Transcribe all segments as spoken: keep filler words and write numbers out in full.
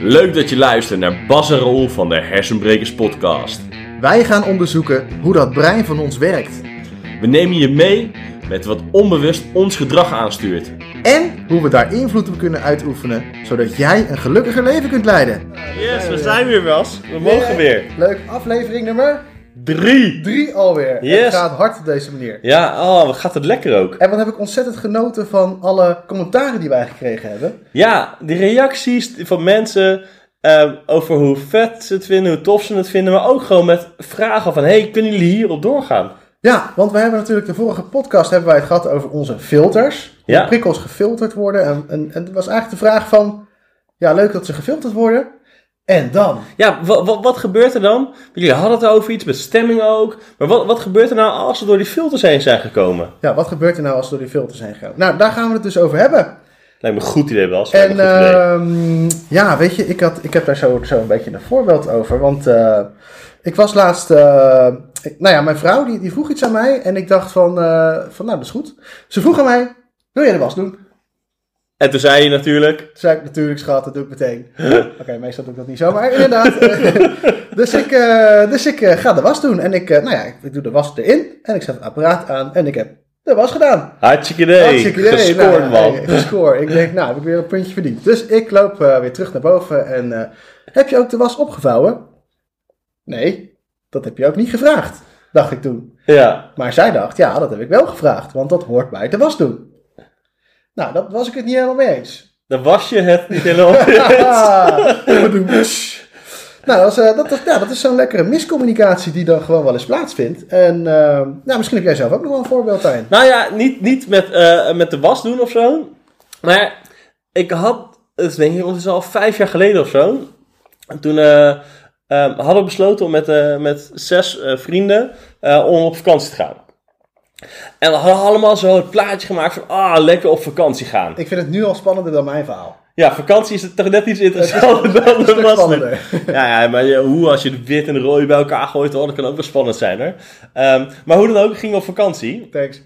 Leuk dat je luistert naar Bas en Raoul van de Hersenbrekers podcast. Wij gaan onderzoeken hoe dat brein van ons werkt. We nemen je mee met wat onbewust ons gedrag aanstuurt. En hoe we daar invloed op kunnen uitoefenen, zodat jij een gelukkiger leven kunt leiden. Yes, we zijn weer, Bas. We mogen weer. Leuk, aflevering nummer Drie. drie alweer. Yes. Het gaat hard op deze manier. Ja, oh, wat gaat het lekker ook. En wat heb ik ontzettend genoten van alle commentaren die wij gekregen hebben. Ja, die reacties van mensen uh, over hoe vet ze het vinden, hoe tof ze het vinden. Maar ook gewoon met vragen van, hey, kunnen jullie hierop doorgaan? Ja, want we hebben natuurlijk de vorige podcast hebben wij het gehad over onze filters. Hoe Ja. prikkels gefilterd worden. En, en, en het was eigenlijk de vraag van, ja, leuk dat ze gefilterd worden. En dan? Ja, wat, wat, wat gebeurt er dan? Jullie hadden het over iets, met stemming ook. Maar wat, wat gebeurt er nou als ze door die filters heen zijn gekomen? Ja, wat gebeurt er nou als we door die filters heen gaan? Nou, daar gaan we het dus over hebben. Lijkt me een goed idee, Bas. En Lijkt me een goed idee. uh, ja, weet je, ik, had, ik heb daar zo, zo een beetje een voorbeeld over. Want uh, ik was laatst, uh, ik, nou ja, mijn vrouw die, die vroeg iets aan mij. En ik dacht van, uh, van, nou dat is goed. Ze vroeg aan mij, wil jij de was doen? En toen zei je natuurlijk... Toen zei ik natuurlijk, schat, dat doe ik meteen. Oké, okay, meestal doe ik dat niet zo, maar inderdaad. dus ik, uh, dus ik uh, ga de was doen. En ik, uh, nou ja, ik, ik doe de was erin. En ik zet het apparaat aan. En ik heb de was gedaan. Hartstikke idee. Hartstikke idee. Gescoord, nou, man. Hey, gescoord. Ik denk, nou, heb ik weer een puntje verdiend. Dus ik loop uh, weer terug naar boven. En uh, heb je ook de was opgevouwen? Nee, dat heb je ook niet gevraagd, dacht ik toen. Ja. Maar zij dacht, ja, dat heb ik wel gevraagd. Want dat hoort bij de was doen. Nou, dat was ik het niet helemaal mee eens. Dan was je het niet helemaal eens. Nou, dat is, uh, dat, dat, ja, dat is zo'n lekkere miscommunicatie die dan gewoon wel eens plaatsvindt. En uh, nou, misschien heb jij zelf ook nog wel een voorbeeld daarin. Nou ja, niet, niet met, uh, met de was doen of zo. Maar ik had, het denk ik ondertussen al vijf jaar geleden of zo. En toen uh, uh, hadden we besloten om met, uh, met zes uh, vrienden uh, om op vakantie te gaan. En we hadden allemaal zo het plaatje gemaakt van, ah, lekker op vakantie gaan. Ik vind het nu al spannender dan mijn verhaal. Ja, vakantie is toch net iets interessanter dan Een de stuk was. spannender. Ja, ja, maar ja, hoe als je de wit en de rooi bij elkaar gooit, hoor, dat kan ook wel spannend zijn, hoor. Um, maar hoe dan ook, gingen we op vakantie. Thanks.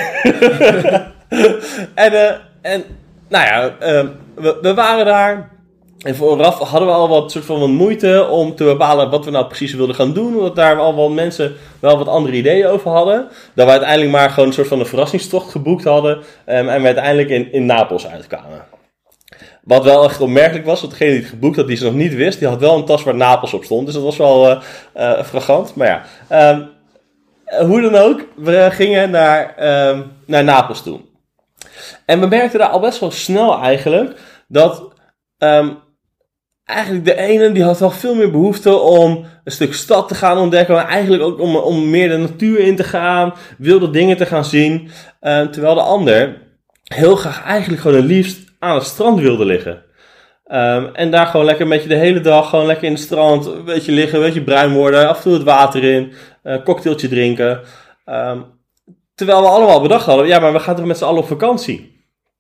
en, uh, en, nou ja, um, we, we waren daar. En vooraf hadden we al wat soort van wat moeite om te bepalen wat we nou precies wilden gaan doen. Omdat daar al wel mensen wel wat andere ideeën over hadden. Dat we uiteindelijk maar gewoon een soort van een verrassingstocht geboekt hadden. Um, en we uiteindelijk in, in Napels uitkwamen. Wat wel echt opmerkelijk was, want degene die het geboekt had, die ze nog niet wist, die had wel een tas waar Napels op stond. Dus dat was wel uh, uh, frappant. Maar ja, um, hoe dan ook, we gingen naar, um, naar Napels toe. En we merkten daar al best wel snel eigenlijk dat um, eigenlijk de ene die had wel veel meer behoefte om een stuk stad te gaan ontdekken. Maar eigenlijk ook om, om meer de natuur in te gaan, wilde dingen te gaan zien. Uh, terwijl de ander heel graag eigenlijk gewoon het liefst aan het strand wilde liggen. Um, en daar gewoon lekker met je de hele dag gewoon lekker in het strand een beetje liggen, een beetje bruin worden, af en toe het water in, een cocktailtje drinken. Um, terwijl we allemaal bedacht hadden, ja, maar we gaan toch met z'n allen op vakantie.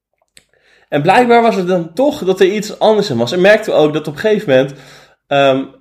En blijkbaar was het dan toch dat er iets anders in was. En merkten we ook dat op een gegeven moment um,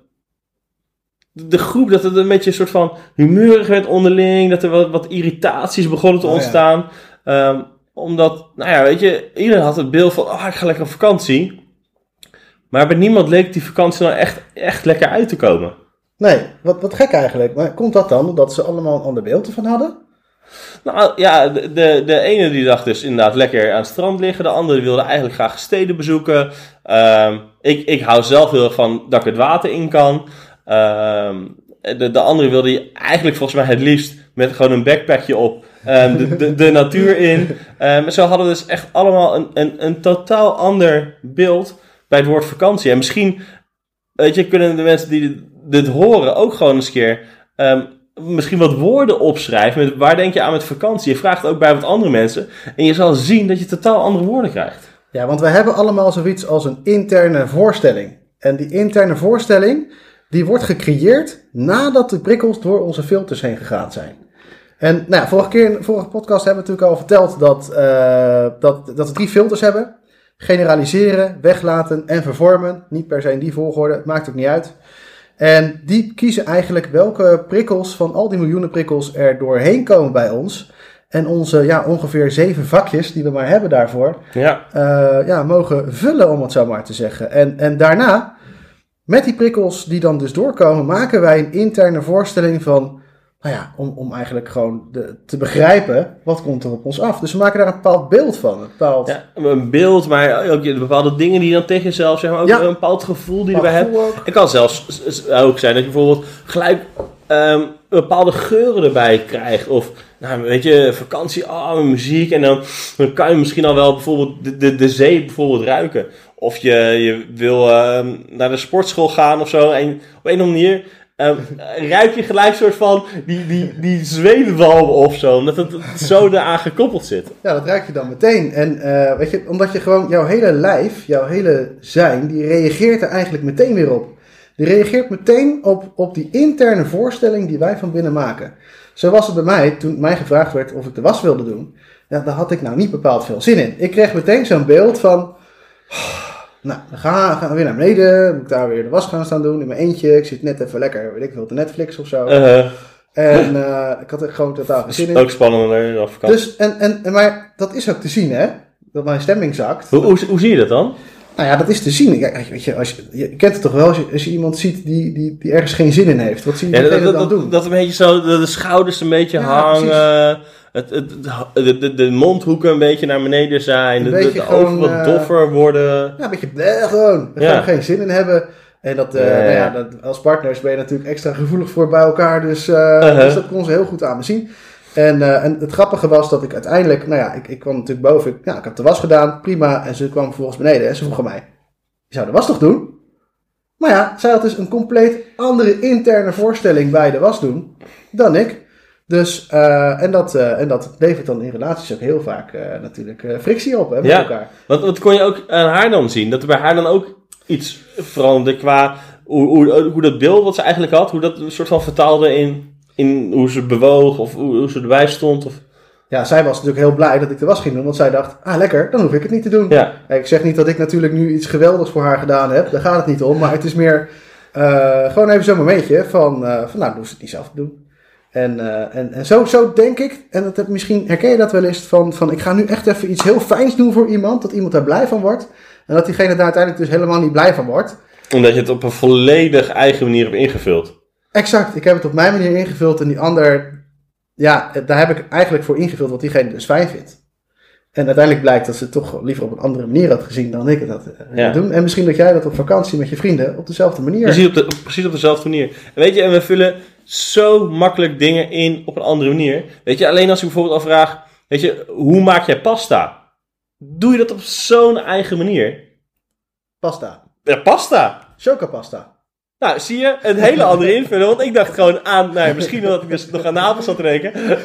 de groep, dat het een beetje een soort van humeurig werd onderling, dat er wat, wat irritaties begonnen te oh, ontstaan. Ja. Um, omdat, nou ja, weet je, iedereen had het beeld van, oh, ik ga lekker op vakantie. Maar bij niemand leek die vakantie nou echt, echt lekker uit te komen. Nee, wat, wat gek eigenlijk. Maar komt dat dan omdat ze allemaal een ander beeld ervan hadden? Nou ja, de, de, de ene die dacht dus inderdaad lekker aan het strand liggen. De andere wilde eigenlijk graag steden bezoeken. Um, ik, ik hou zelf heel erg van dat ik het water in kan. Um, de, de andere wilde eigenlijk volgens mij het liefst met gewoon een backpackje op um, de, de, de natuur in. Um, zo hadden we dus echt allemaal een, een, een totaal ander beeld bij het woord vakantie. En misschien, weet je, kunnen de mensen die dit horen ook gewoon eens een keer um, misschien wat woorden opschrijven. Met, waar denk je aan met vakantie? Je vraagt ook bij wat andere mensen. En je zal zien dat je totaal andere woorden krijgt. Ja, want we hebben allemaal zoiets als een interne voorstelling. En die interne voorstelling, die wordt gecreëerd nadat de prikkels door onze filters heen gegaan zijn. En nou ja, vorige keer in de vorige podcast hebben we natuurlijk al verteld dat, uh, dat, dat we drie filters hebben. Generaliseren, weglaten en vervormen. Niet per se in die volgorde, het maakt ook niet uit. En die kiezen eigenlijk welke prikkels van al die miljoenen prikkels er doorheen komen bij ons. En onze ja, ongeveer zeven vakjes die we maar hebben daarvoor, Ja. Uh, ja, mogen vullen, om het zo maar te zeggen. En, en daarna met die prikkels die dan dus doorkomen, maken wij een interne voorstelling van, nou ja, om, om eigenlijk gewoon de, te begrijpen, wat komt er op ons af. Dus we maken daar een bepaald beeld van. Een bepaald... Ja, een beeld, maar ook bepaalde dingen die je dan tegen jezelf zeg maar, ook Ja. een bepaald gevoel die je Een erbij hebt. gevoel ook. Het kan zelfs ook zijn dat je bijvoorbeeld gelijk um, bepaalde geuren erbij krijgt. Of, nou, weet je, vakantie, ah, muziek. En dan, dan kan je misschien al wel bijvoorbeeld de, de, de zee bijvoorbeeld ruiken. Of je, je wil um, naar de sportschool gaan of zo. En op een of andere manier um, ruik je gelijk soort van die, die, die zweetwalm of zo. Omdat het, het zo eraan gekoppeld zit. Ja, dat ruik je dan meteen. En uh, weet je, omdat je gewoon, jouw hele lijf, jouw hele zijn, die reageert er eigenlijk meteen weer op. Die reageert meteen op, op die interne voorstelling die wij van binnen maken. Zo was het bij mij, toen mij gevraagd werd of ik de was wilde doen. Ja, daar had ik nou niet bepaald veel zin in. Ik kreeg meteen zo'n beeld van, nou, dan gaan, gaan we weer naar beneden. Moet ik daar weer de was gaan staan doen in mijn eentje. Ik zit net even lekker, weet ik veel, op de Netflix of zo. Uh, En uh, ik had er gewoon totaal geen zin in. Ook spannender dan vakantie. Dus, en, en, en, maar dat is ook te zien, hè? Dat mijn stemming zakt. Hoe, hoe, hoe zie je dat dan? Nou ja, dat is te zien. Ja, weet je, als je, je kent het toch wel als je, als je iemand ziet die, die, die ergens geen zin in heeft. Wat zie je Ja, dat, diegene dat, dan dat, doen? dat een beetje zo, de, de schouders een beetje Ja, hangen, het, het, de, de, de mondhoeken een beetje naar beneden zijn, Een de, de, beetje de ogen gewoon, wat uh, doffer worden. Ja, een beetje bleh, gewoon. Er Ja. gewoon geen zin in hebben. En dat, uh, Ja, ja. Nou ja, dat, als partners ben je natuurlijk extra gevoelig voor bij elkaar. Dus, uh, Uh-huh. dus dat kon ze heel goed aan me zien. En, uh, en het grappige was dat ik uiteindelijk, nou ja, ik, ik kwam natuurlijk boven. Ik, ja, ik heb de was gedaan, prima. En ze kwam vervolgens beneden en ze vroeg aan mij, je zou de was toch doen? Maar ja, zij had dus een compleet andere interne voorstelling bij de was doen dan ik. Dus, uh, en, dat, uh, en dat levert dan in relaties ook heel vaak uh, natuurlijk uh, frictie op hè, met Ja. elkaar. Wat, wat kon je ook aan haar dan zien? Dat er bij haar dan ook iets veranderde qua hoe, hoe, hoe dat beeld wat ze eigenlijk had, hoe dat een soort van vertaalde in, in hoe ze bewoog of hoe, hoe ze erbij stond? Of... Ja, zij was natuurlijk heel blij dat ik de was ging doen, want zij dacht, ah lekker, dan hoef ik het niet te doen. Ja. Ik zeg niet dat ik natuurlijk nu iets geweldigs voor haar gedaan heb, daar gaat het niet om, maar het is meer uh, gewoon even zo'n momentje van, uh, van nou, doe ze het niet zelf te doen. En, uh, en, en zo, zo denk ik, en dat heb, misschien herken je dat wel eens, van, van ik ga nu echt even iets heel fijns doen voor iemand, dat iemand daar blij van wordt. En dat diegene daar uiteindelijk dus helemaal niet blij van wordt. Omdat je het op een volledig eigen manier hebt ingevuld. Exact, ik heb het op mijn manier ingevuld en die ander, ja, daar heb ik eigenlijk voor ingevuld wat diegene dus fijn vindt. En uiteindelijk blijkt dat ze het toch liever op een andere manier had gezien dan ik dat uh, Ja. doen. En misschien dat jij dat op vakantie met je vrienden op dezelfde manier. Precies op, de, op- precies op dezelfde manier. En weet je, en we vullen zo makkelijk dingen in op een andere manier. Weet je, alleen als ik bijvoorbeeld afvraag, weet je, hoe maak jij pasta? Doe je dat op zo'n eigen manier? Pasta. Ja, pasta! Chocapasta. Nou, zie je, een hele andere invulling. Want ik dacht gewoon aan, nou ja, misschien omdat ik dus nog aan Napels zat te rekenen. Ja,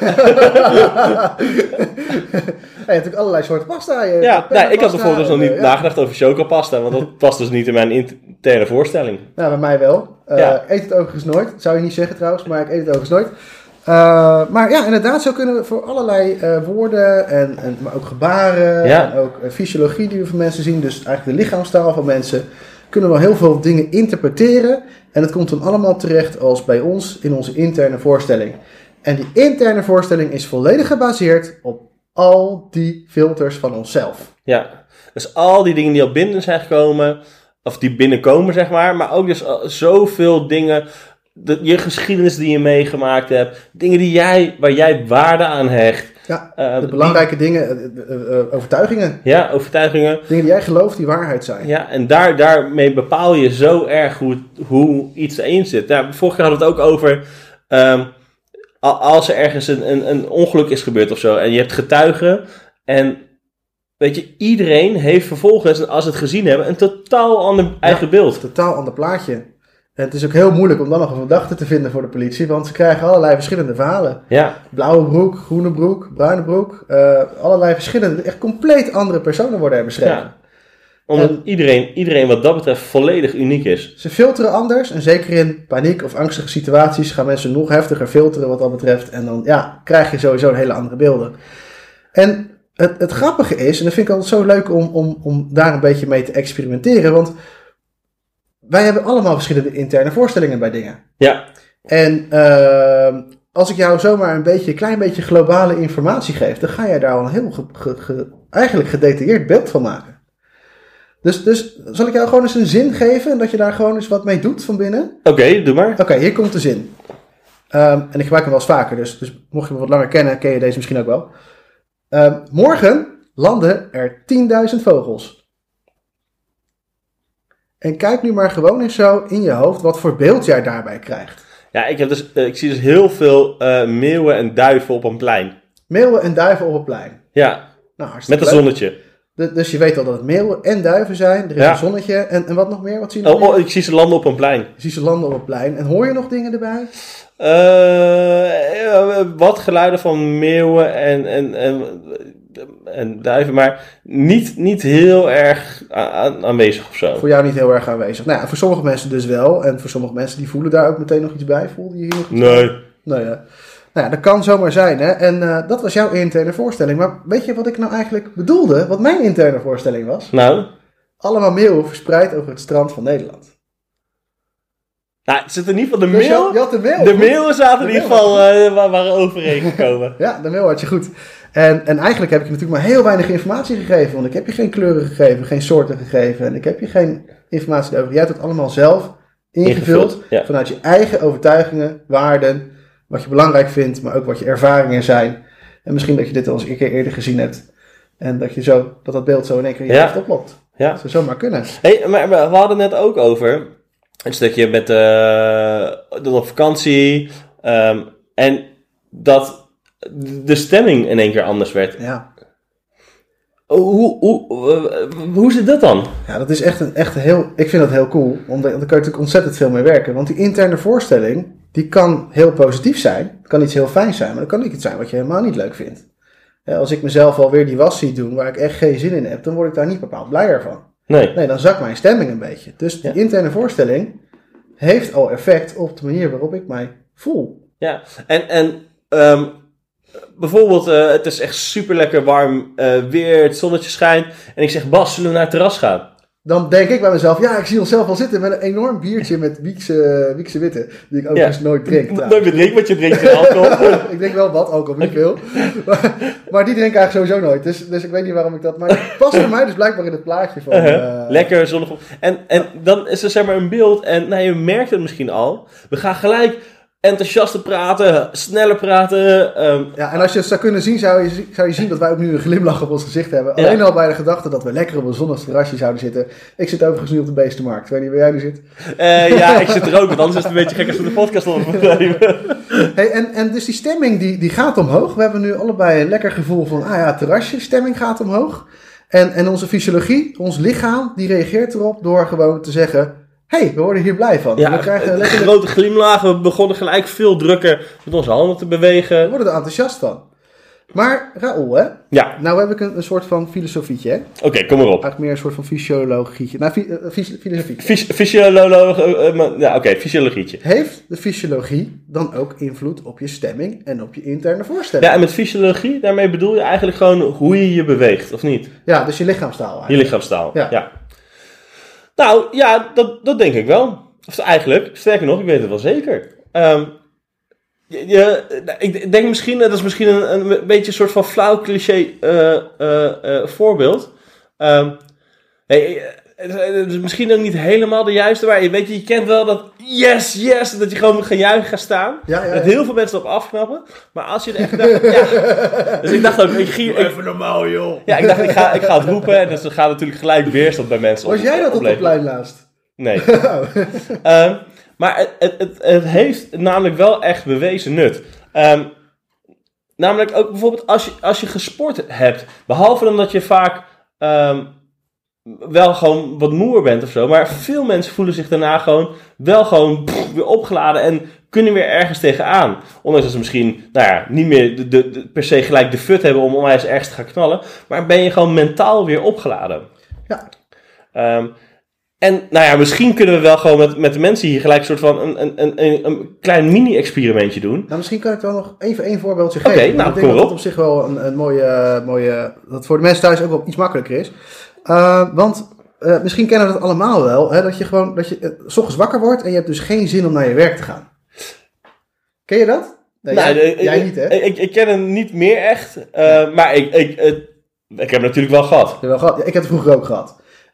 je hebt natuurlijk allerlei soorten pasta. Je Ja, hebt nou, ik had pasta, bijvoorbeeld dus nog niet eh, ja. nagedacht over chocopasta. Want dat past dus niet in mijn interne voorstelling. Nou, bij mij wel. Uh, Ja. Ik eet het overigens nooit. Dat zou je niet zeggen trouwens, maar ik eet het overigens nooit. Uh, maar ja, inderdaad, zo kunnen we voor allerlei uh, woorden, en, en, maar ook gebaren, Ja. en ook uh, fysiologie die we van mensen zien, dus eigenlijk de lichaamstaal van mensen, kunnen we heel veel dingen interpreteren. En het komt dan allemaal terecht als bij ons in onze interne voorstelling. En die interne voorstelling is volledig gebaseerd op al die filters van onszelf. Ja, dus al die dingen die al binnen zijn gekomen, of die binnenkomen zeg maar, maar ook dus al zoveel dingen, de, je geschiedenis die je meegemaakt hebt, dingen die jij, waar jij waarde aan hecht. Ja, Uh, de belangrijke dingen, uh, uh, uh, overtuigingen, Die, ja, overtuigingen. dingen die jij gelooft die waarheid zijn. Ja, en daar, daarmee bepaal je zo erg hoe, hoe iets erin zit. Nou, vorige keer hadden we het ook over, um, als er ergens een, een, een ongeluk is gebeurd of zo, en je hebt getuigen, en weet je, iedereen heeft vervolgens, als ze het gezien hebben, een totaal ander eigen beeld. Totaal ander plaatje. En het is ook heel moeilijk om dan nog een verdachte te vinden voor de politie, want ze krijgen allerlei verschillende verhalen. Ja, Blauwe broek, groene broek, bruine broek, uh, allerlei verschillende, echt compleet andere personen worden er beschreven. ja. Omdat En- iedereen, iedereen wat dat betreft volledig uniek is. Ze filteren anders en zeker in paniek of angstige situaties gaan mensen nog heftiger filteren wat dat betreft. En dan ja, krijg je sowieso een hele andere beelden. En het, het grappige is, en dat vind ik altijd zo leuk om, om, om daar een beetje mee te experimenteren, want wij hebben allemaal verschillende interne voorstellingen bij dingen. Ja, En uh, als ik jou zomaar een beetje, een klein beetje globale informatie geef, dan ga je daar al een heel ge, ge, ge, eigenlijk gedetailleerd beeld van maken. Dus, dus zal ik jou gewoon eens een zin geven en dat je daar gewoon eens wat mee doet van binnen? Oké, okay, doe maar. Oké, okay, hier komt de zin. Um, en ik gebruik hem wel eens vaker, dus, dus mocht je me wat langer kennen, ken je deze misschien ook wel. Um, morgen landen er tienduizend vogels. En kijk nu maar gewoon eens zo in je hoofd wat voor beeld jij daarbij krijgt. Ja, ik, heb dus, uh, ik zie dus heel veel uh, meeuwen en duiven op een plein. Meeuwen en duiven op een plein. Ja, nou, met een zonnetje. De, dus je weet al dat het meeuwen en duiven zijn. Er is ja. een zonnetje. En, en wat nog meer? Wat zie je nog oh, oh, ik zie ze landen op een plein. Je ziet ze landen op een plein. En hoor je nog dingen erbij? Uh, wat geluiden van meeuwen en, en, en, en duiven. Maar niet, niet heel erg aan, aanwezig of zo. Voor jou niet heel erg aanwezig. Nou ja, voor sommige mensen dus wel. En voor sommige mensen die voelen daar ook meteen nog iets bij. Voelde je hier nog iets nee. bij? Nee. Ja. Nou ja, dat kan zomaar zijn, hè. En uh, dat was jouw interne voorstelling. Maar weet je wat ik nou eigenlijk bedoelde? Wat mijn interne voorstelling was? Nou? Allemaal meeuwen verspreid over het strand van Nederland. Nou, het zit in ieder geval de dus meeuw. Je had de meeuw. De meeuwen zaten in ieder geval uh, waar, waren overheen gekomen. Ja, de meeuw had je goed. En, en eigenlijk heb ik je natuurlijk maar heel weinig informatie gegeven. Want ik heb je geen kleuren gegeven, geen soorten gegeven. En ik heb je geen informatie over. Jij hebt het allemaal zelf ingevuld. ingevuld ja. Vanuit je eigen overtuigingen, waarden. Wat je belangrijk vindt, maar ook wat je ervaringen zijn. En misschien dat je dit al eens een keer eerder gezien hebt. En dat je zo, dat dat beeld zo in één keer in je ja. hoofd oplopt. Ja. Dat zou zomaar kunnen. Hey, maar we hadden net ook over een stukje met uh, op vakantie. Um, en dat de stemming in één keer anders werd. Ja. Hoe, hoe, hoe, hoe zit dat dan? Ja, dat is echt een echt heel. Ik vind dat heel cool. Omdat daar kan je natuurlijk ontzettend veel mee werken. Want die interne voorstelling, die kan heel positief zijn. Het kan iets heel fijn zijn, maar het kan ook iets zijn wat je helemaal niet leuk vindt. Ja, als ik mezelf alweer die was zie doen waar ik echt geen zin in heb, dan word ik daar niet bepaald blijer van. Nee. Nee, dan zakt mijn stemming een beetje. Dus die ja. interne voorstelling heeft al effect op de manier waarop ik mij voel. Ja, en, en um, bijvoorbeeld, uh, het is echt super lekker warm uh, weer, het zonnetje schijnt. En ik zeg, Bas, zullen we naar het terras gaan? Dan denk ik bij mezelf, ja, ik zie onszelf al zitten met een enorm biertje met Wiekse, Wiekse Witte. Die ik ook ja. dus nooit drink. Nooit meer drink, want je drinkt geen alcohol. Ik drink wel wat alcohol, niet veel. Maar, maar die drink ik eigenlijk sowieso nooit. Dus, dus ik weet niet waarom ik dat... Maar het past voor mij dus blijkbaar in het plaatje van... Uh-huh. Uh, lekker zonnig. En, en dan is er zeg maar een beeld. En nou, je merkt het misschien al. We gaan gelijk enthousiaster praten, sneller praten. Um, ja, en als je het zou kunnen zien, zou je, zou je zien dat wij ook nu een glimlach op ons gezicht hebben. Ja. Alleen al bij de gedachte dat we lekker op een zonnig terrasje zouden zitten. Ik zit overigens nu op de Beestenmarkt. Ik weet niet waar jij nu zit. Uh, ja, ik zit er ook, want anders is het een beetje gek als we de podcast opnemen. Hey, en, en dus die stemming die, die gaat omhoog. We hebben nu allebei een lekker gevoel van, ah ja, terrasje, stemming gaat omhoog. En, en onze fysiologie, ons lichaam, die reageert erop door gewoon te zeggen... Hé, hey, we worden hier blij van. Ja, we krijgen een lekker... grote glimlach. We begonnen gelijk veel drukker met onze handen te bewegen. We worden er enthousiast van. Maar, Raoul, hè? Ja. Nou heb ik een, een soort van filosofietje, hè? Oké, okay, kom maar op. Eigenlijk meer een soort van fysiologietje. Nou, fi, uh, fys, filosofietje. Fys, fysioloog... Uh, uh, ja, oké, okay, fysiologietje. Heeft de fysiologie dan ook invloed op je stemming en op je interne voorstelling? Ja, en met fysiologie, daarmee bedoel je eigenlijk gewoon hoe je je beweegt, of niet? Ja, dus je lichaamstaal eigenlijk. Je lichaamstaal, ja. ja. Nou, ja, dat, dat denk ik wel. Of eigenlijk, sterker nog, ik weet het wel zeker. Um, je, je, ik denk misschien, dat is misschien een, een beetje een soort van flauw cliché uh, uh, uh, voorbeeld. Um, hey, het is misschien ook niet helemaal de juiste, maar je weet je, je kent wel dat yes, yes, dat je gewoon moet gaan juichen, gaan staan. Ja, ja, ja. Dat heel veel mensen erop afknappen. Maar als je het echt dacht, ja. Dus ik dacht ook, ik ging... Even normaal, joh. Ja, ik dacht, ik ga, ik ga het roepen. En dus dan gaat natuurlijk gelijk weerstand bij mensen. Was op, jij dat op het plein laatst? Nee. um, maar het, het, het, het heeft namelijk wel echt bewezen nut. Um, namelijk ook bijvoorbeeld als je, als je gesport hebt. Behalve dan dat je vaak... Um, wel gewoon wat moer bent of zo. Maar veel mensen voelen zich daarna gewoon wel gewoon pff, weer opgeladen en kunnen weer ergens tegenaan. Ondanks dat ze misschien, nou ja, niet meer de, de, de, per se gelijk de fut hebben om onwijs ergens te gaan knallen. Maar ben je gewoon mentaal weer opgeladen. Ja. Um, en nou ja, misschien kunnen we wel gewoon met, met de mensen hier gelijk een soort van een, een, een, een klein mini-experimentje doen. Nou, misschien kan ik wel nog even één voorbeeldje geven. Oké, nou, ik denk dat dat op zich wel een, een mooie, mooie, dat voor de mensen thuis ook wel iets makkelijker is. Uh, want uh, misschien kennen we dat allemaal wel, hè, dat je gewoon, dat je uh, 's ochtends wakker wordt en je hebt dus geen zin om naar je werk te gaan. Ken je dat? Nee, nou, jij, ik, jij ik, niet, hè? Ik, ik, ik ken het niet meer echt, uh, ja. maar ik, ik, uh, ik heb het natuurlijk wel gehad. Ja, wel gehad. Ja, ik heb het vroeger ook gehad.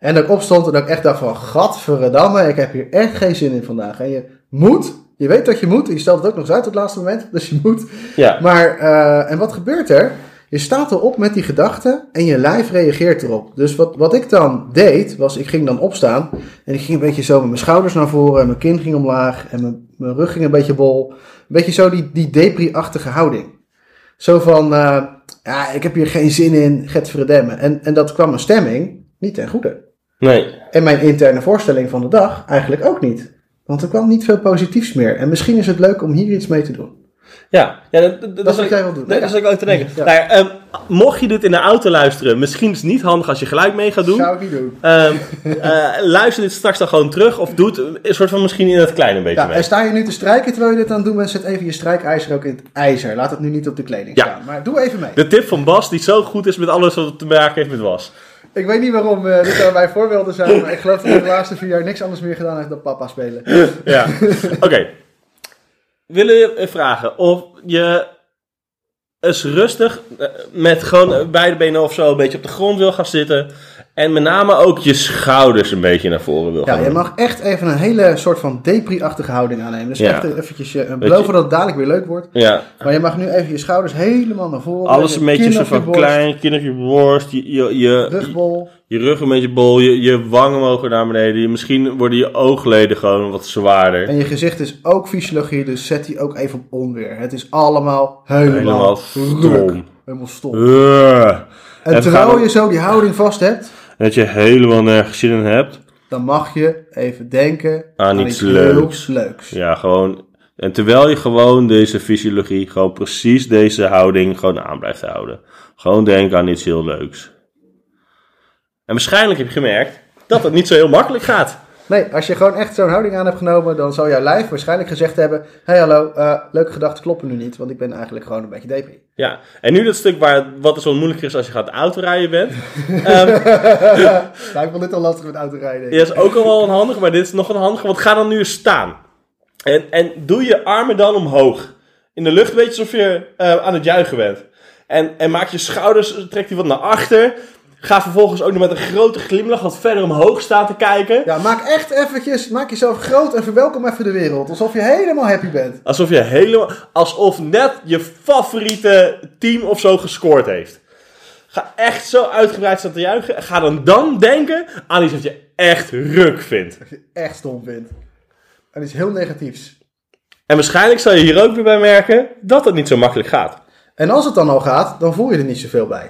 En dat ik opstond en dat ik echt dacht van, gadverdamme, ik heb hier echt geen zin in vandaag. En je moet, je weet dat je moet, en je stelt het ook nog eens uit op het laatste moment, dus je moet. Ja. Maar, uh, en wat gebeurt er? Je staat erop met die gedachte en je lijf reageert erop. Dus wat, wat ik dan deed, was ik ging dan opstaan en ik ging een beetje zo met mijn schouders naar voren en mijn kin ging omlaag en mijn, mijn rug ging een beetje bol. Een beetje zo die, die depri-achtige houding. Zo van, uh, ja, ik heb hier geen zin in, getverdemme. En, en dat kwam mijn stemming niet ten goede. Nee. En mijn interne voorstelling van de dag eigenlijk ook niet. Want er kwam niet veel positiefs meer. En misschien is het leuk om hier iets mee te doen. Ja, ja dat, dat, dat is wat jij wil doen. Nee, ja. dat is ook te denken. Ja. Nou ja, um, mocht je dit in de auto luisteren, misschien is het niet handig als je gelijk mee gaat doen. Zou ik niet doen. Um, uh, luister dit straks dan gewoon terug of doe het een soort van misschien in het kleine een beetje Ja, mee. en sta je nu te strijken terwijl je dit aan het doen bent, zet even je strijkijzer ook in het ijzer. Laat het nu niet op de kleding Ja. staan. Maar doe even mee. De tip van Bas die zo goed is met alles wat te maken heeft met was. Ik weet niet waarom uh, dit aan mijn voorbeelden zijn, maar ik geloof dat ik de laatste vier jaar niks anders meer gedaan heb dan papa spelen. Ja, oké. Okay. Willen je vragen of je eens rustig met gewoon beide benen of zo een beetje op de grond wil gaan zitten. En met name ook je schouders een beetje naar voren wil gaan. Ja, je mag echt even een hele soort van depri-achtige houding aannemen. Dus ja. echt eventjes uh, beloven je... dat het dadelijk weer leuk wordt. Ja. Maar je mag nu even je schouders helemaal naar voren. Alles een beetje zo van klein, kin op je borst, je, je, je, rugbol. Je, je rug een beetje bol, je, je wangen mogen naar beneden. Je, misschien worden je oogleden gewoon wat zwaarder. En je gezicht is ook fysiologie, dus zet die ook even op onweer. Het is allemaal helemaal, helemaal stom. Helemaal stom. Uh. En, en terwijl je zo die houding vast hebt, dat je helemaal nergens zin in hebt, dan mag je even denken aan, aan iets, iets leuks. leuks. Ja, gewoon. En terwijl je gewoon deze fysiologie, gewoon precies deze houding gewoon aan blijft houden. Gewoon denken aan iets heel leuks. En waarschijnlijk heb je gemerkt dat het niet zo heel makkelijk gaat. Nee, als je gewoon echt zo'n houding aan hebt genomen, dan zal jouw lijf waarschijnlijk gezegd hebben: hé hey, hallo, uh, leuke gedachten kloppen nu niet, want ik ben eigenlijk gewoon een beetje depri. Ja, en nu dat stuk waar wat is wel moeilijker is als je gaat autorijden bent. um, nou, ik vond dit al lastig met autorijden. Ja, dat is ook al wel een handige, maar dit is nog een handige, want ga dan nu eens staan. En, en doe je armen dan omhoog. In de lucht, een beetje alsof je uh, aan het juichen bent. En, en maak je schouders, trek die wat naar achter. Ga vervolgens ook nog met een grote glimlach wat verder omhoog staan te kijken. Ja, maak echt eventjes, maak jezelf groot en verwelkom even de wereld. Alsof je helemaal happy bent. Alsof je helemaal, alsof net je favoriete team of zo gescoord heeft. Ga echt zo uitgebreid staan te juichen. Ga dan dan denken aan iets wat je echt ruk vindt. Dat je echt stom vindt. En iets heel negatiefs. En waarschijnlijk zal je hier ook weer bij merken dat het niet zo makkelijk gaat. En als het dan al gaat, dan voel je er niet zoveel bij.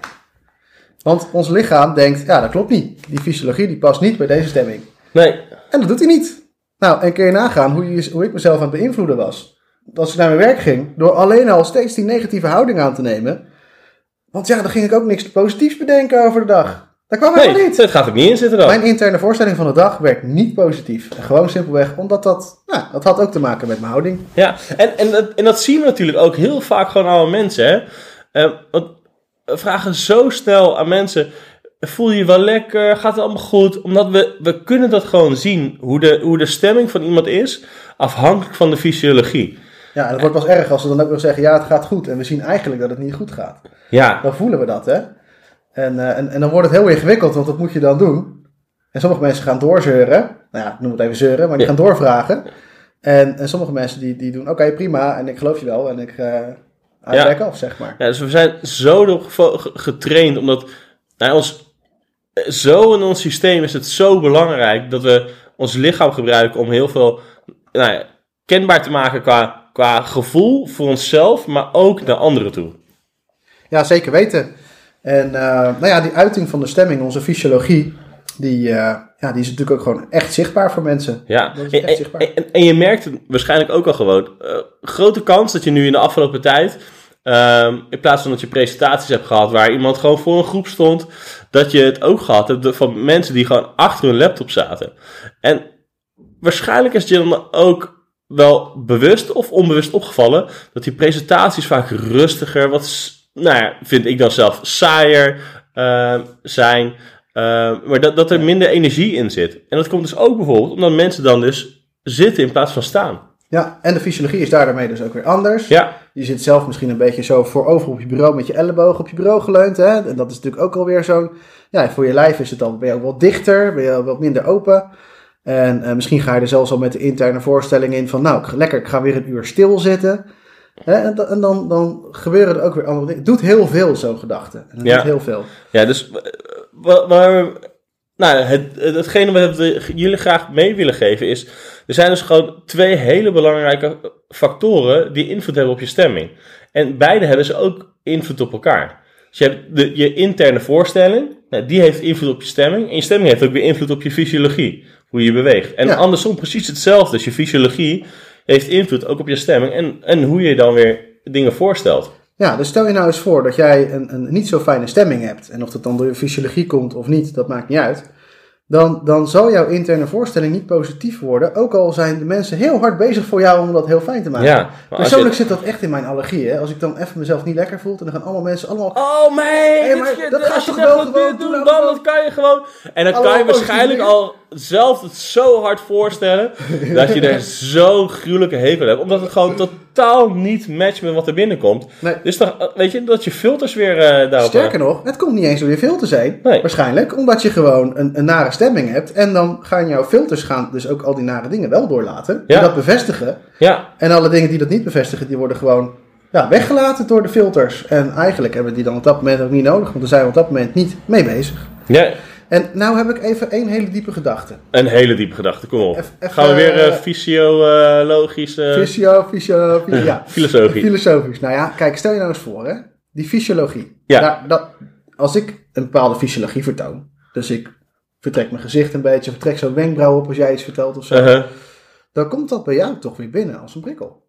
Want ons lichaam denkt, ja, dat klopt niet. Die fysiologie die past niet bij deze stemming. Nee. En dat doet hij niet. Nou, en kun je nagaan hoe, je, hoe ik mezelf aan het beïnvloeden was. Als ik naar mijn werk ging, door alleen al steeds die negatieve houding aan te nemen. Want ja, dan ging ik ook niks positiefs bedenken over de dag. Dat kwam helemaal nee, niet. dat gaat ook niet in zitten dan. Mijn interne voorstelling van de dag werd niet positief. En gewoon simpelweg, omdat dat, nou, dat had ook te maken met mijn houding. Ja, en, en, dat, en dat zien we natuurlijk ook heel vaak gewoon aan mensen. Hè? Uh, want we vragen zo snel aan mensen, voel je je wel lekker, gaat het allemaal goed? Omdat we, we kunnen dat gewoon zien, hoe de, hoe de stemming van iemand is, afhankelijk van de fysiologie. Ja, en het wordt pas erg als ze dan ook nog zeggen, ja, het gaat goed. En we zien eigenlijk dat het niet goed gaat. Ja. Dan voelen we dat, hè. En, uh, en, en dan wordt het heel ingewikkeld, want wat moet je dan doen? En sommige mensen gaan doorzeuren. Nou ja, ik noem het even zeuren, maar die ja. gaan doorvragen. En, en sommige mensen die, die doen, oké, okay, prima, en ik geloof je wel, en ik uh, aan ja. back af, zeg maar. Ja, dus we zijn zo erop getraind, omdat nou, ons, zo in ons systeem is het zo belangrijk dat we ons lichaam gebruiken om heel veel nou ja, kenbaar te maken qua, qua gevoel voor onszelf, maar ook naar anderen toe. Ja, zeker weten. En uh, nou ja, die uiting van de stemming, onze fysiologie, die, uh, ja, die is natuurlijk ook gewoon echt zichtbaar voor mensen. Ja, dat is echt en, zichtbaar. En, en, en je merkt het waarschijnlijk ook al gewoon. Uh, grote kans dat je nu in de afgelopen tijd, um, in plaats van dat je presentaties hebt gehad waar iemand gewoon voor een groep stond, dat je het ook gehad hebt van mensen die gewoon achter hun laptop zaten. En waarschijnlijk is het je dan ook wel bewust of onbewust opgevallen dat die presentaties vaak rustiger, wat, nou ja, vind ik dan zelf, saaier uh, zijn. Uh, maar dat, dat er minder energie in zit. En dat komt dus ook bijvoorbeeld omdat mensen dan dus zitten in plaats van staan. Ja, en de fysiologie is daarmee dus ook weer anders. Ja. Je zit zelf misschien een beetje zo voorover op je bureau met je elleboog op je bureau geleund. Hè? En dat is natuurlijk ook alweer zo'n... Ja, voor je lijf is het dan, ben je ook wel dichter, ben je wat minder open. En uh, misschien ga je er zelfs al met de interne voorstelling in van... Nou, lekker, ik ga weer een uur stilzitten. Hè? En, da- en dan, dan gebeuren er ook weer andere dingen. Het doet heel veel, zo'n gedachte. En het Ja. doet heel veel. Ja, dus waar, waar, nou, het, het, hetgene wat we jullie graag mee willen geven is... Er zijn dus gewoon twee hele belangrijke factoren die invloed hebben op je stemming. En beide hebben ze ook invloed op elkaar. Dus je hebt de, je interne voorstelling, nou, die heeft invloed op je stemming. En je stemming heeft ook weer invloed op je fysiologie, hoe je beweegt. En Ja. andersom precies hetzelfde. Dus je fysiologie heeft invloed ook op je stemming en, en hoe je dan weer dingen voorstelt. Ja, dus stel je nou eens voor dat jij een, een niet zo fijne stemming hebt. En of dat dan door je fysiologie komt of niet, dat maakt niet uit. Dan, dan zal jouw interne voorstelling niet positief worden. Ook al zijn de mensen heel hard bezig voor jou om dat heel fijn te maken. Ja, maar als Persoonlijk je... zit dat echt in mijn allergie. Hè? Als ik dan even mezelf niet lekker voel, dan gaan allemaal mensen allemaal... Oh nee, Hey, maar dit- dat gaat als je toch dat wel goed gewoon wilt doen, doen, nou dan gewoon- dat kan je gewoon. En dan kan Allemaal je waarschijnlijk positief. al zelf het zo hard voorstellen dat je er zo'n gruwelijke hekel hebt. Omdat het gewoon totaal niet matcht met wat er binnenkomt. Nee. Dus dan, weet je, dat je filters weer uh, daarop... Sterker nog, het komt niet eens door je filters heen. Nee. Waarschijnlijk, omdat je gewoon een, een nare stemming hebt. En dan gaan jouw filters gaan dus ook al die nare dingen wel doorlaten. Ja. En dat bevestigen. Ja, En alle dingen die dat niet bevestigen, die worden gewoon ja, weggelaten door de filters. En eigenlijk hebben we die dan op dat moment ook niet nodig. Want daar zijn we op dat moment niet mee bezig. ja, En nou heb ik even één hele diepe gedachte. een hele diepe gedachte, kom op. Eff- even, Gaan we weer uh, eh, fysiologisch, uh, Fysio, fysio, fysio, ja. filosofisch. Filosofisch. Nou ja, kijk, stel je nou eens voor, hè. Die fysiologie. Ja. Daar, dat, als ik een bepaalde fysiologie vertoon. Dus ik vertrek mijn gezicht een beetje. Vertrek zo'n wenkbrauw op als jij iets vertelt of zo. Uh-huh. Dan komt dat bij jou toch weer binnen als een prikkel.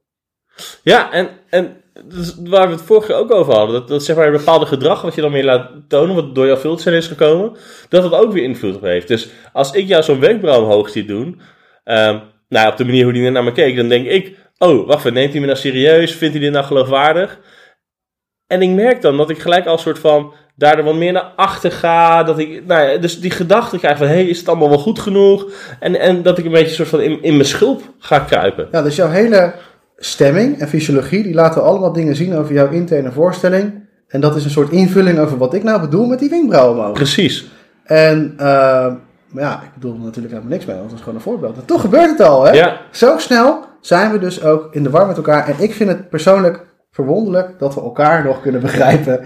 Ja, en, en dus waar we het vorige keer ook over hadden, dat, dat zeg maar een bepaalde gedrag wat je dan meer laat tonen, wat door jouw filter is gekomen, dat het ook weer invloed op heeft. Dus als ik jou zo'n wenkbrauw omhoog zie doen, um, nou op de manier hoe hij naar me keek, dan denk ik, oh, wacht even, neemt hij me nou serieus? Vindt hij dit nou geloofwaardig? En ik merk dan dat ik gelijk al een soort van daardoor wat meer naar achter ga, dat ik, nou ja, dus die gedachte krijg van, hé, hey, is het allemaal wel goed genoeg? En, en dat ik een beetje soort van in, in mijn schulp ga kruipen. Ja, dus jouw hele stemming en fysiologie, die laten allemaal dingen zien over jouw interne voorstelling. En dat is een soort invulling over wat ik nou bedoel met die wenkbrauwen omhoog. Precies. En, uh, maar ja, ik bedoel er natuurlijk helemaal niks mee, want dat is gewoon een voorbeeld. En toch gebeurt het al, hè? Ja. Zo snel zijn we dus ook in de war met elkaar. En ik vind het persoonlijk verwonderlijk dat we elkaar nog kunnen begrijpen.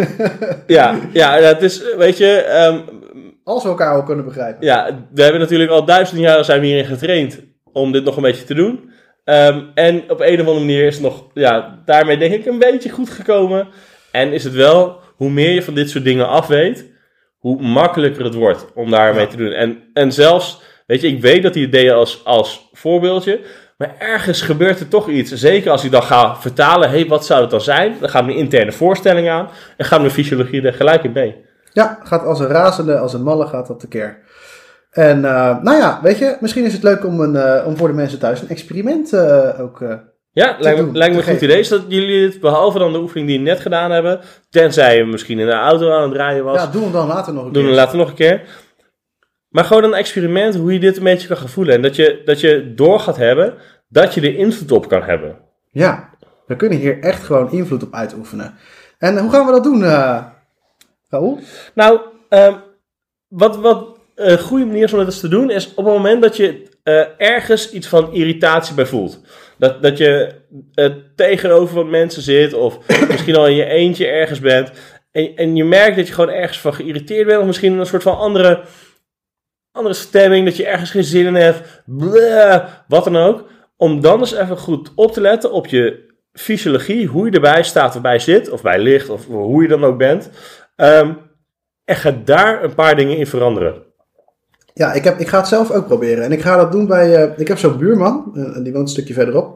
Ja, ja, dat is, weet je, um, Als we elkaar ook kunnen begrijpen. ja, we hebben natuurlijk al duizenden jaren zijn we hierin getraind om dit nog een beetje te doen. Um, en op een of andere manier is het nog, ja, daarmee denk ik een beetje goed gekomen. En is het wel, hoe meer je van dit soort dingen af weet, hoe makkelijker het wordt om daarmee Ja. te doen. En, en zelfs, weet je, ik weet dat die ideeën als, als voorbeeldje, maar ergens gebeurt er toch iets. Zeker als ik dan ga vertalen, hé, hey, wat zou het dan zijn? Dan gaat mijn interne voorstelling aan en gaat mijn fysiologie er gelijk in mee. Ja, gaat als een razende, als een malle gaat dat tekeer. En uh, nou ja, weet je, misschien is het leuk om, een, uh, om voor de mensen thuis een experiment uh, ook uh, Ja, lijkt me, doen, lijkt me te een goed geven. idee. Is dat jullie het, behalve dan de oefening die je net gedaan hebben, tenzij je misschien in de auto aan het rijden was, Ja, doen we dan later nog een doen keer. we later nog een keer. Maar gewoon een experiment hoe je dit een beetje kan gaan voelen. En dat je, dat je door gaat hebben dat je er invloed op kan hebben. Ja, we kunnen hier echt gewoon invloed op uitoefenen. En hoe gaan we dat doen, uh, Raoul? Nou, um, wat, wat een goede manier is om dat eens te doen, is op het moment dat je uh, ergens iets van irritatie bij voelt. Dat, dat je uh, tegenover wat mensen zit, of misschien al in je eentje ergens bent. En, en je merkt dat je gewoon ergens van geïrriteerd bent, of misschien een soort van andere, andere stemming, dat je ergens geen zin in hebt, bleh, wat dan ook. Om dan eens even goed op te letten op je fysiologie, hoe je erbij staat, erbij zit, of bij ligt, of hoe je dan ook bent. Um, en ga daar een paar dingen in veranderen. Ja, ik, heb, ik ga het zelf ook proberen. En ik ga dat doen bij... Uh, ik heb zo'n buurman, uh, die woont een stukje verderop.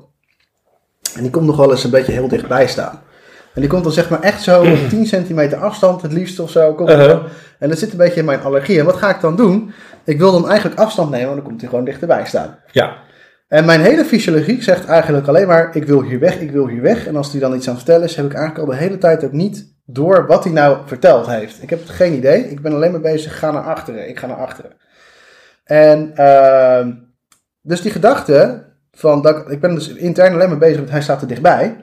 En die komt nog wel eens een beetje heel dichtbij staan. En die komt dan zeg maar echt zo op tien centimeter afstand, het liefst of zo. Komt Uh-huh. dan. En dat zit een beetje in mijn allergie. En wat ga ik dan doen? Ik wil dan eigenlijk afstand nemen, want dan komt hij gewoon dichterbij staan. Ja. En mijn hele fysiologie zegt eigenlijk alleen maar, ik wil hier weg, ik wil hier weg. En als hij dan iets aan het vertellen is, heb ik eigenlijk al de hele tijd ook niet door wat hij nou verteld heeft. Ik heb geen idee. Ik ben alleen maar bezig, ga naar achteren. Ik ga naar achteren. En uh, dus die gedachte van dat ik, ik ben dus intern alleen maar bezig met hij staat er dichtbij,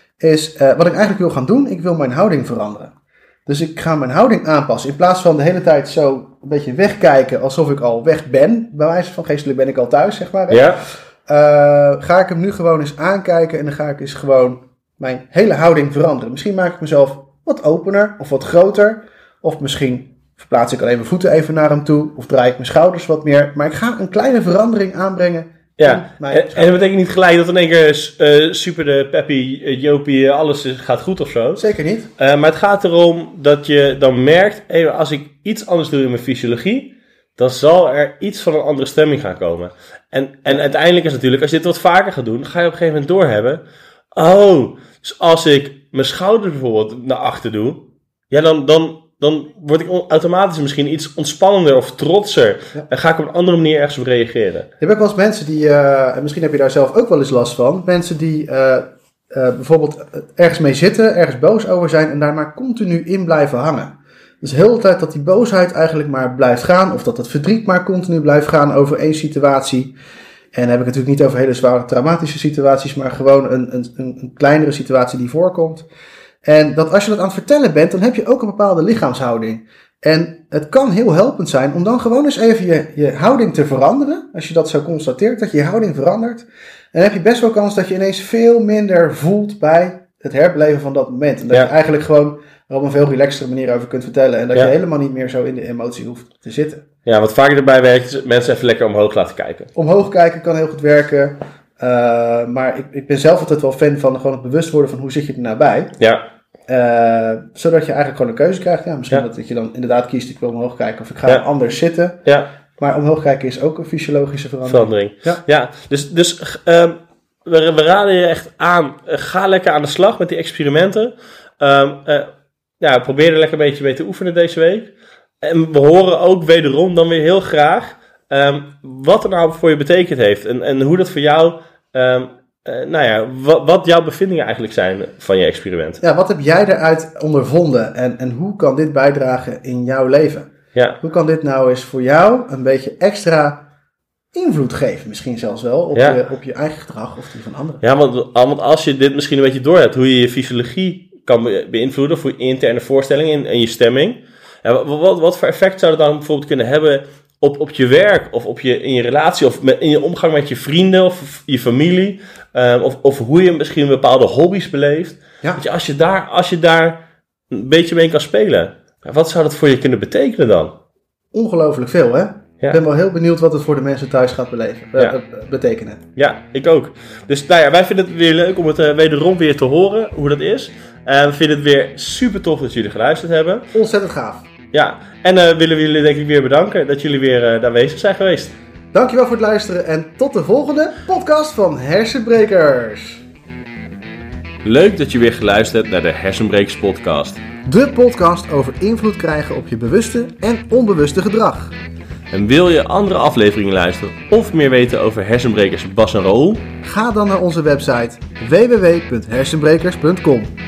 is uh, wat ik eigenlijk wil gaan doen, ik wil mijn houding veranderen. Dus ik ga mijn houding aanpassen. In plaats van de hele tijd zo een beetje wegkijken alsof ik al weg ben, bij wijze van geestelijk ben ik al thuis, zeg maar. Hè? Ja. Uh, ga ik hem nu gewoon eens aankijken en dan ga ik eens gewoon mijn hele houding veranderen. Misschien maak ik mezelf wat opener of wat groter. Of misschien verplaats ik alleen mijn voeten even naar hem toe. Of draai ik mijn schouders wat meer. Maar ik ga een kleine verandering aanbrengen. Ja, en, en dat betekent niet gelijk dat in één keer uh, super de peppy, uh, jopie, uh, alles is, gaat goed of zo. Zeker niet. Uh, maar het gaat erom dat je dan merkt, hey, als ik iets anders doe in mijn fysiologie, dan zal er iets van een andere stemming gaan komen. En, en uiteindelijk is natuurlijk, als je dit wat vaker gaat doen, dan ga je op een gegeven moment doorhebben. Oh, dus als ik mijn schouders bijvoorbeeld naar achter doe, ja, dan, dan, dan word ik on- automatisch misschien iets ontspannender of trotser. Ja. En ga ik op een andere manier ergens op reageren. Je hebt ook wel eens mensen die, uh, en misschien heb je daar zelf ook wel eens last van, mensen die uh, uh, bijvoorbeeld ergens mee zitten, ergens boos over zijn en daar maar continu in blijven hangen. Dus de hele tijd dat die boosheid eigenlijk maar blijft gaan, of dat het verdriet maar continu blijft gaan over één situatie. En dan heb ik het natuurlijk niet over hele zware traumatische situaties, maar gewoon een, een, een kleinere situatie die voorkomt. En dat als je dat aan het vertellen bent, dan heb je ook een bepaalde lichaamshouding. En het kan heel helpend zijn om dan gewoon eens even je, je houding te veranderen. Als je dat zo constateert, dat je je houding verandert. Dan heb je best wel kans dat je ineens veel minder voelt bij het herbeleven van dat moment. En dat ja. je eigenlijk gewoon er op een veel relaxtere manier over kunt vertellen. En dat ja. je helemaal niet meer zo in de emotie hoeft te zitten. Ja, wat vaker erbij werkt is mensen even lekker omhoog laten kijken. Omhoog kijken kan heel goed werken. Uh, maar ik, ik ben zelf altijd wel fan van gewoon het bewust worden van hoe zit je er nou bij. Ja. Uh, zodat je eigenlijk gewoon een keuze krijgt. Ja, misschien ja. dat je dan inderdaad kiest, ik wil omhoog kijken of ik ga ja. anders zitten. Ja. Maar omhoog kijken is ook een fysiologische verandering. verandering. Ja. ja, dus, dus um, we, we raden je echt aan, uh, ga lekker aan de slag met die experimenten. Um, uh, ja, probeer er lekker een beetje mee te oefenen deze week. En we horen ook wederom dan weer heel graag um, wat het nou voor je betekend heeft. En, en hoe dat voor jou, um, uh, nou ja, wat, wat jouw bevindingen eigenlijk zijn van je experiment. Ja, wat heb jij eruit ondervonden en, en hoe kan dit bijdragen in jouw leven? Ja. Hoe kan dit nou eens voor jou een beetje extra invloed geven? Misschien zelfs wel op, ja. je, op je eigen gedrag of die van anderen. Ja, want, want als je dit misschien een beetje door hebt, hoe je je fysiologie kan beïnvloeden voor je interne voorstellingen en je stemming. Ja, wat, wat voor effect zou dat dan bijvoorbeeld kunnen hebben op, op je werk of op je, in je relatie of met, in je omgang met je vrienden of je familie? Um, of, of hoe je misschien bepaalde hobby's beleeft. Ja. Want je, als, je daar, als je daar een beetje mee kan spelen, wat zou dat voor je kunnen betekenen dan? Ongelooflijk veel, hè? Ja. Ik ben wel heel benieuwd wat het voor de mensen thuis gaat beleven, ja. uh, betekenen. Ja, ik ook. Dus nou ja, wij vinden het weer leuk om het uh, wederom weer te horen, hoe dat is. En uh, we vinden het weer super tof dat jullie geluisterd hebben. Ontzettend gaaf. Ja, en uh, willen we jullie denk ik weer bedanken dat jullie weer uh, aanwezig zijn geweest. Dankjewel voor het luisteren en tot de volgende podcast van Hersenbrekers. Leuk dat je weer geluisterd hebt naar de Hersenbrekers podcast. De podcast over invloed krijgen op je bewuste en onbewuste gedrag. En wil je andere afleveringen luisteren of meer weten over hersenbrekers Bas en Raoul? Ga dan naar onze website w w w punt hersenbrekers punt com.